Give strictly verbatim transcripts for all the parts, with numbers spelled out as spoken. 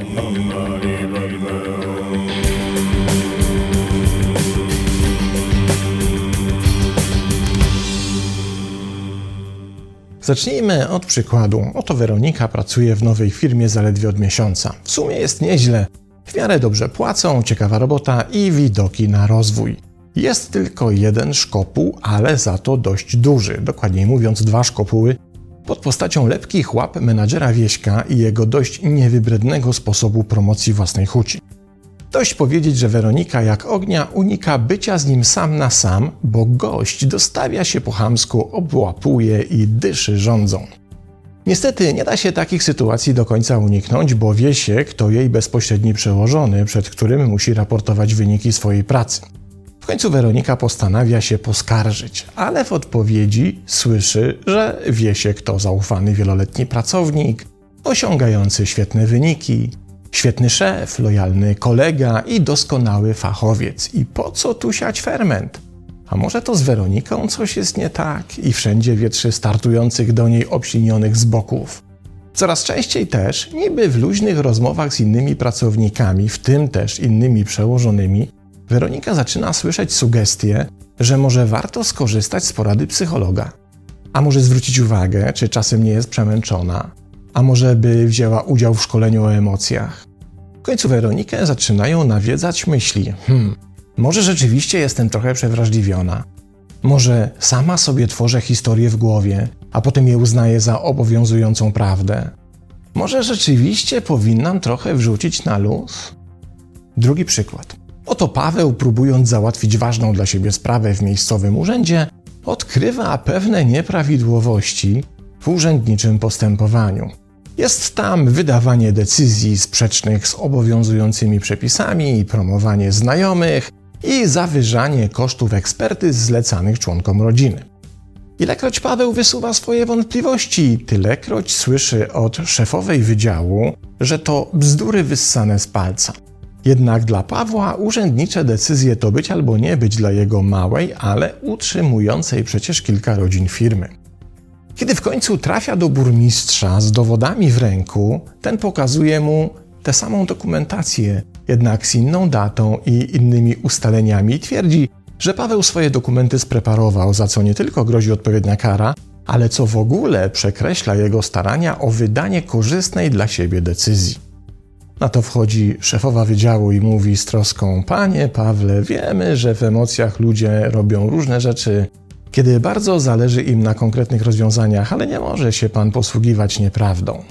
Zacznijmy od przykładu. Oto Weronika pracuje w nowej firmie zaledwie od miesiąca. W sumie jest nieźle. W miarę dobrze płacą, ciekawa robota i widoki na rozwój. Jest tylko jeden szkopuł, ale za to dość duży. Dokładniej mówiąc dwa szkopuły pod postacią lepkich łap menadżera Wieśka i jego dość niewybrednego sposobu promocji własnej huci. Dość powiedzieć, że Weronika jak ognia unika bycia z nim sam na sam, bo gość dostawia się po chamsku, obłapuje i dyszy rządzą. Niestety nie da się takich sytuacji do końca uniknąć, bo Wiesiek to jej bezpośredni przełożony, przed którym musi raportować wyniki swojej pracy. W końcu Weronika postanawia się poskarżyć, ale w odpowiedzi słyszy, że Wiesiek to zaufany wieloletni pracownik, osiągający świetne wyniki, świetny szef, lojalny kolega i doskonały fachowiec. I po co tu siać ferment? A może to z Weroniką coś jest nie tak i wszędzie wietrzy startujących do niej obślinionych z boków? Coraz częściej też, niby w luźnych rozmowach z innymi pracownikami, w tym też innymi przełożonymi, Weronika zaczyna słyszeć sugestie, że może warto skorzystać z porady psychologa. A może zwrócić uwagę, czy czasem nie jest przemęczona? A może by wzięła udział w szkoleniu o emocjach? W końcu Weronikę zaczynają nawiedzać myśli. Hmm, może rzeczywiście jestem trochę przewrażliwiona. Może sama sobie tworzę historię w głowie, a potem je uznaję za obowiązującą prawdę. Może rzeczywiście powinnam trochę wrzucić na luz? Drugi przykład. Oto Paweł, próbując załatwić ważną dla siebie sprawę w miejscowym urzędzie, odkrywa pewne nieprawidłowości w urzędniczym postępowaniu. Jest tam wydawanie decyzji sprzecznych z obowiązującymi przepisami, promowanie znajomych i zawyżanie kosztów ekspertyz zlecanych członkom rodziny. Ilekroć Paweł wysuwa swoje wątpliwości, tylekroć słyszy od szefowej wydziału, że to bzdury wyssane z palca. Jednak dla Pawła urzędnicze decyzje to być albo nie być dla jego małej, ale utrzymującej przecież kilka rodzin firmy. Kiedy w końcu trafia do burmistrza z dowodami w ręku, ten pokazuje mu tę samą dokumentację, jednak z inną datą i innymi ustaleniami i twierdzi, że Paweł swoje dokumenty spreparował, za co nie tylko grozi odpowiednia kara, ale co w ogóle przekreśla jego starania o wydanie korzystnej dla siebie decyzji. Na to wchodzi szefowa wydziału i mówi z troską: Panie Pawle, wiemy, że w emocjach ludzie robią różne rzeczy, kiedy bardzo zależy im na konkretnych rozwiązaniach, ale nie może się pan posługiwać nieprawdą.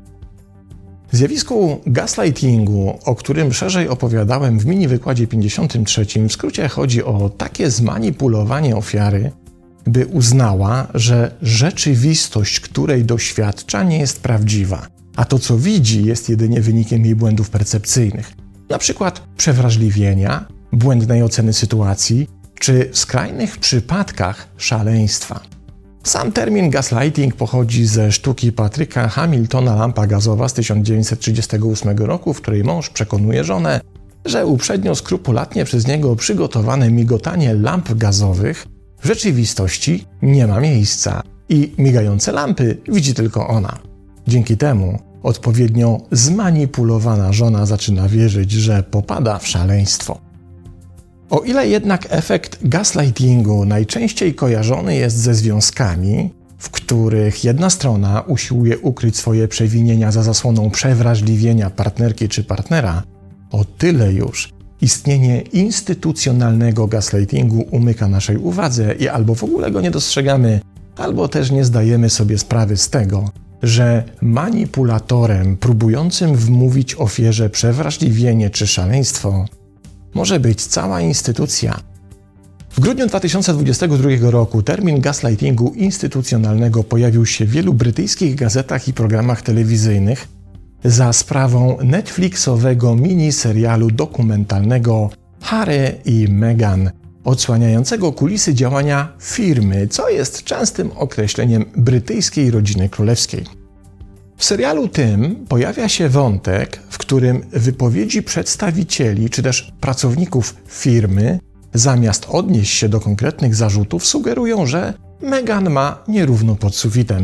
W zjawisku gaslightingu, o którym szerzej opowiadałem w mini wykładzie pięćdziesiątym trzecim, w skrócie chodzi o takie zmanipulowanie ofiary, by uznała, że rzeczywistość, której doświadcza, nie jest prawdziwa, a to, co widzi, jest jedynie wynikiem jej błędów percepcyjnych, na przykład przewrażliwienia, błędnej oceny sytuacji, czy w skrajnych przypadkach szaleństwa. Sam termin gaslighting pochodzi ze sztuki Patryka Hamiltona Lampa gazowa z tysiąc dziewięćset trzydziestego ósmego roku, w której mąż przekonuje żonę, że uprzednio skrupulatnie przez niego przygotowane migotanie lamp gazowych w rzeczywistości nie ma miejsca i migające lampy widzi tylko ona. Dzięki temu odpowiednio zmanipulowana żona zaczyna wierzyć, że popada w szaleństwo. O ile jednak efekt gaslightingu najczęściej kojarzony jest ze związkami, w których jedna strona usiłuje ukryć swoje przewinienia za zasłoną przewrażliwienia partnerki czy partnera, o tyle już istnienie instytucjonalnego gaslightingu umyka naszej uwadze i albo w ogóle go nie dostrzegamy, albo też nie zdajemy sobie sprawy z tego, że manipulatorem próbującym wmówić ofierze przewrażliwienie czy szaleństwo może być cała instytucja. W grudniu dwa tysiące dwudziestego drugiego roku termin gaslightingu instytucjonalnego pojawił się w wielu brytyjskich gazetach i programach telewizyjnych za sprawą Netflixowego miniserialu dokumentalnego Harry i Meghan, odsłaniającego kulisy działania firmy, co jest częstym określeniem brytyjskiej rodziny królewskiej. W serialu tym pojawia się wątek, w którym wypowiedzi przedstawicieli czy też pracowników firmy, zamiast odnieść się do konkretnych zarzutów, sugerują, że Meghan ma nierówno pod sufitem.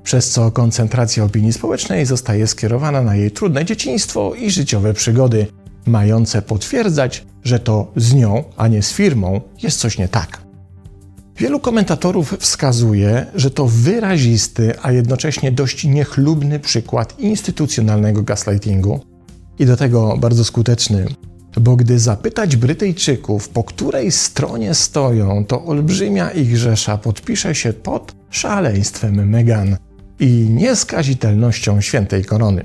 przez co koncentracja opinii społecznej zostaje skierowana na jej trudne dzieciństwo i życiowe przygody, mające potwierdzać, że to z nią, a nie z firmą, jest coś nie tak. Wielu komentatorów wskazuje, że to wyrazisty, a jednocześnie dość niechlubny przykład instytucjonalnego gaslightingu i do tego bardzo skuteczny, bo gdy zapytać Brytyjczyków, po której stronie stoją, to olbrzymia ich rzesza podpisze się pod szaleństwem Meghan i nieskazitelnością świętej korony.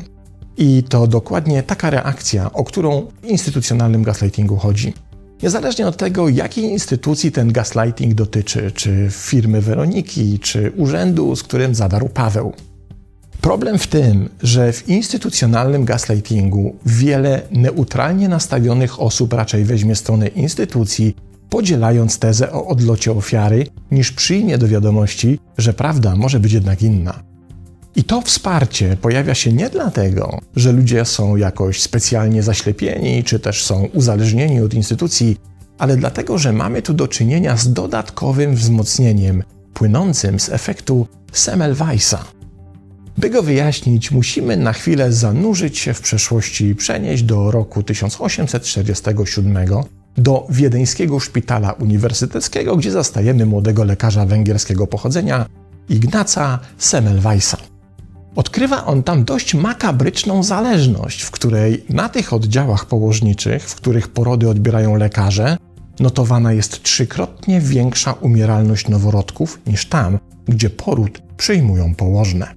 I to dokładnie taka reakcja, o którą w instytucjonalnym gaslightingu chodzi. Niezależnie od tego, jakiej instytucji ten gaslighting dotyczy, czy firmy Weroniki, czy urzędu, z którym zadarł Paweł. Problem w tym, że w instytucjonalnym gaslightingu wiele neutralnie nastawionych osób raczej weźmie stronę instytucji, podzielając tezę o odlocie ofiary, niż przyjmie do wiadomości, że prawda może być jednak inna. I to wsparcie pojawia się nie dlatego, że ludzie są jakoś specjalnie zaślepieni, czy też są uzależnieni od instytucji, ale dlatego, że mamy tu do czynienia z dodatkowym wzmocnieniem płynącym z efektu Semmelweisa. By go wyjaśnić, musimy na chwilę zanurzyć się w przeszłości i przenieść do roku tysiąc osiemset czterdziestego siódmego do wiedeńskiego szpitala uniwersyteckiego, gdzie zastajemy młodego lekarza węgierskiego pochodzenia Ignaca Semmelweisa. Odkrywa on tam dość makabryczną zależność, w której na tych oddziałach położniczych, w których porody odbierają lekarze, notowana jest trzykrotnie większa umieralność noworodków niż tam, gdzie poród przyjmują położne.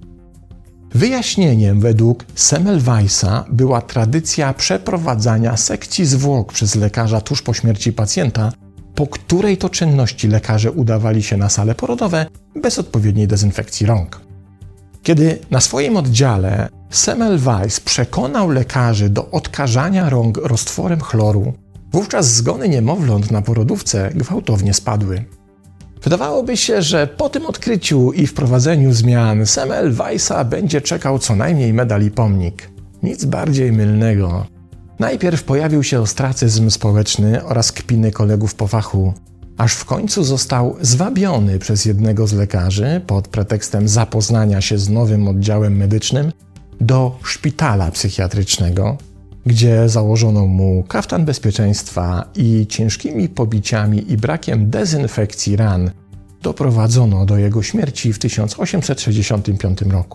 Wyjaśnieniem według Semmelweisa była tradycja przeprowadzania sekcji zwłok przez lekarza tuż po śmierci pacjenta, po której to czynności lekarze udawali się na sale porodowe bez odpowiedniej dezynfekcji rąk. Kiedy na swoim oddziale Semmelweis przekonał lekarzy do odkażania rąk roztworem chloru, wówczas zgony niemowląt na porodówce gwałtownie spadły. Wydawałoby się, że po tym odkryciu i wprowadzeniu zmian Semmelweisa będzie czekał co najmniej medal i pomnik. Nic bardziej mylnego. Najpierw pojawił się ostracyzm społeczny oraz kpiny kolegów po fachu, aż w końcu został zwabiony przez jednego z lekarzy pod pretekstem zapoznania się z nowym oddziałem medycznym do szpitala psychiatrycznego, gdzie założono mu kaftan bezpieczeństwa i ciężkimi pobiciami i brakiem dezynfekcji ran doprowadzono do jego śmierci w tysiąc osiemset sześćdziesiątym piątym roku.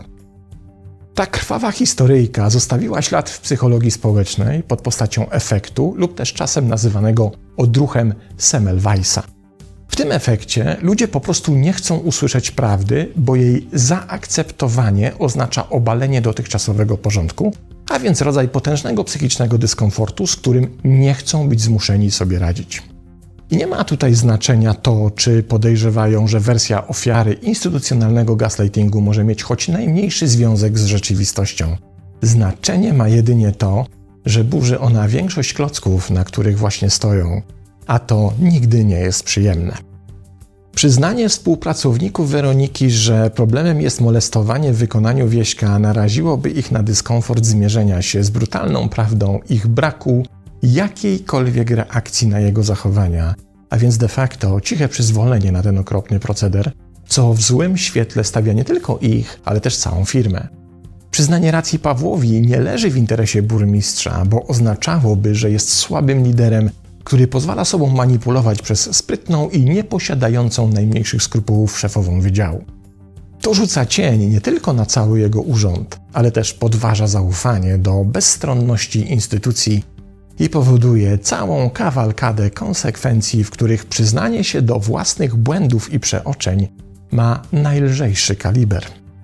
Ta krwawa historyjka zostawiła ślad w psychologii społecznej pod postacią efektu lub też czasem nazywanego odruchem Semmelweisa. W tym efekcie ludzie po prostu nie chcą usłyszeć prawdy, bo jej zaakceptowanie oznacza obalenie dotychczasowego porządku, a więc rodzaj potężnego psychicznego dyskomfortu, z którym nie chcą być zmuszeni sobie radzić. I nie ma tutaj znaczenia to, czy podejrzewają, że wersja ofiary instytucjonalnego gaslightingu może mieć choć najmniejszy związek z rzeczywistością. Znaczenie ma jedynie to, że burzy ona większość klocków, na których właśnie stoją, a to nigdy nie jest przyjemne. Przyznanie współpracowników Weroniki, że problemem jest molestowanie w wykonaniu Wieśka, naraziłoby ich na dyskomfort zmierzenia się z brutalną prawdą ich braku jakiejkolwiek reakcji na jego zachowania, a więc de facto ciche przyzwolenie na ten okropny proceder, co w złym świetle stawia nie tylko ich, ale też całą firmę. Przyznanie racji Pawłowi nie leży w interesie burmistrza, bo oznaczałoby, że jest słabym liderem, który pozwala sobą manipulować przez sprytną i nieposiadającą najmniejszych skrupułów szefową wydziału. To rzuca cień nie tylko na cały jego urząd, ale też podważa zaufanie do bezstronności instytucji i powoduje całą kawalkadę konsekwencji, w których przyznanie się do własnych błędów i przeoczeń ma najlżejszy kaliber.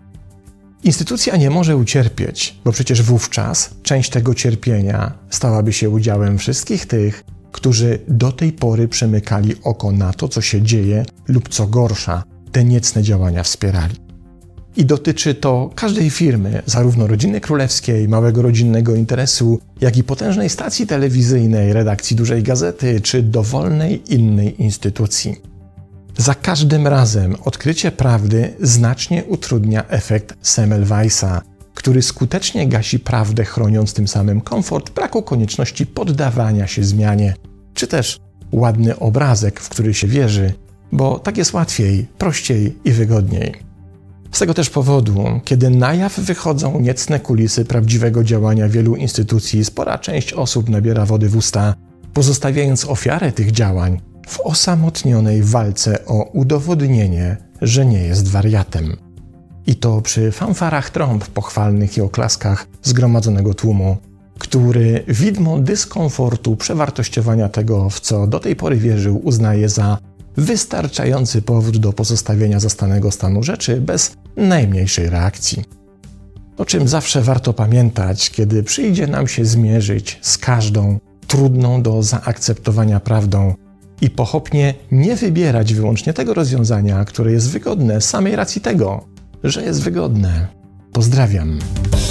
Instytucja nie może ucierpieć, bo przecież wówczas część tego cierpienia stałaby się udziałem wszystkich tych, którzy do tej pory przymykali oko na to, co się dzieje lub co gorsza, te niecne działania wspierali. I dotyczy to każdej firmy, zarówno rodziny królewskiej, małego rodzinnego interesu, jak i potężnej stacji telewizyjnej, redakcji dużej gazety czy dowolnej innej instytucji. Za każdym razem odkrycie prawdy znacznie utrudnia efekt Semmelweisa, który skutecznie gasi prawdę, chroniąc tym samym komfort braku konieczności poddawania się zmianie, czy też ładny obrazek, w który się wierzy, bo tak jest łatwiej, prościej i wygodniej. Z tego też powodu, kiedy na jaw wychodzą niecne kulisy prawdziwego działania wielu instytucji, spora część osób nabiera wody w usta, pozostawiając ofiarę tych działań w osamotnionej walce o udowodnienie, że nie jest wariatem. I to przy fanfarach trąb pochwalnych i oklaskach zgromadzonego tłumu, który widmo dyskomfortu przewartościowania tego, w co do tej pory wierzył, uznaje za wystarczający powód do pozostawienia zastanego stanu rzeczy bez najmniejszej reakcji. O czym zawsze warto pamiętać, kiedy przyjdzie nam się zmierzyć z każdą trudną do zaakceptowania prawdą i pochopnie nie wybierać wyłącznie tego rozwiązania, które jest wygodne z samej racji tego, że jest wygodne. Pozdrawiam.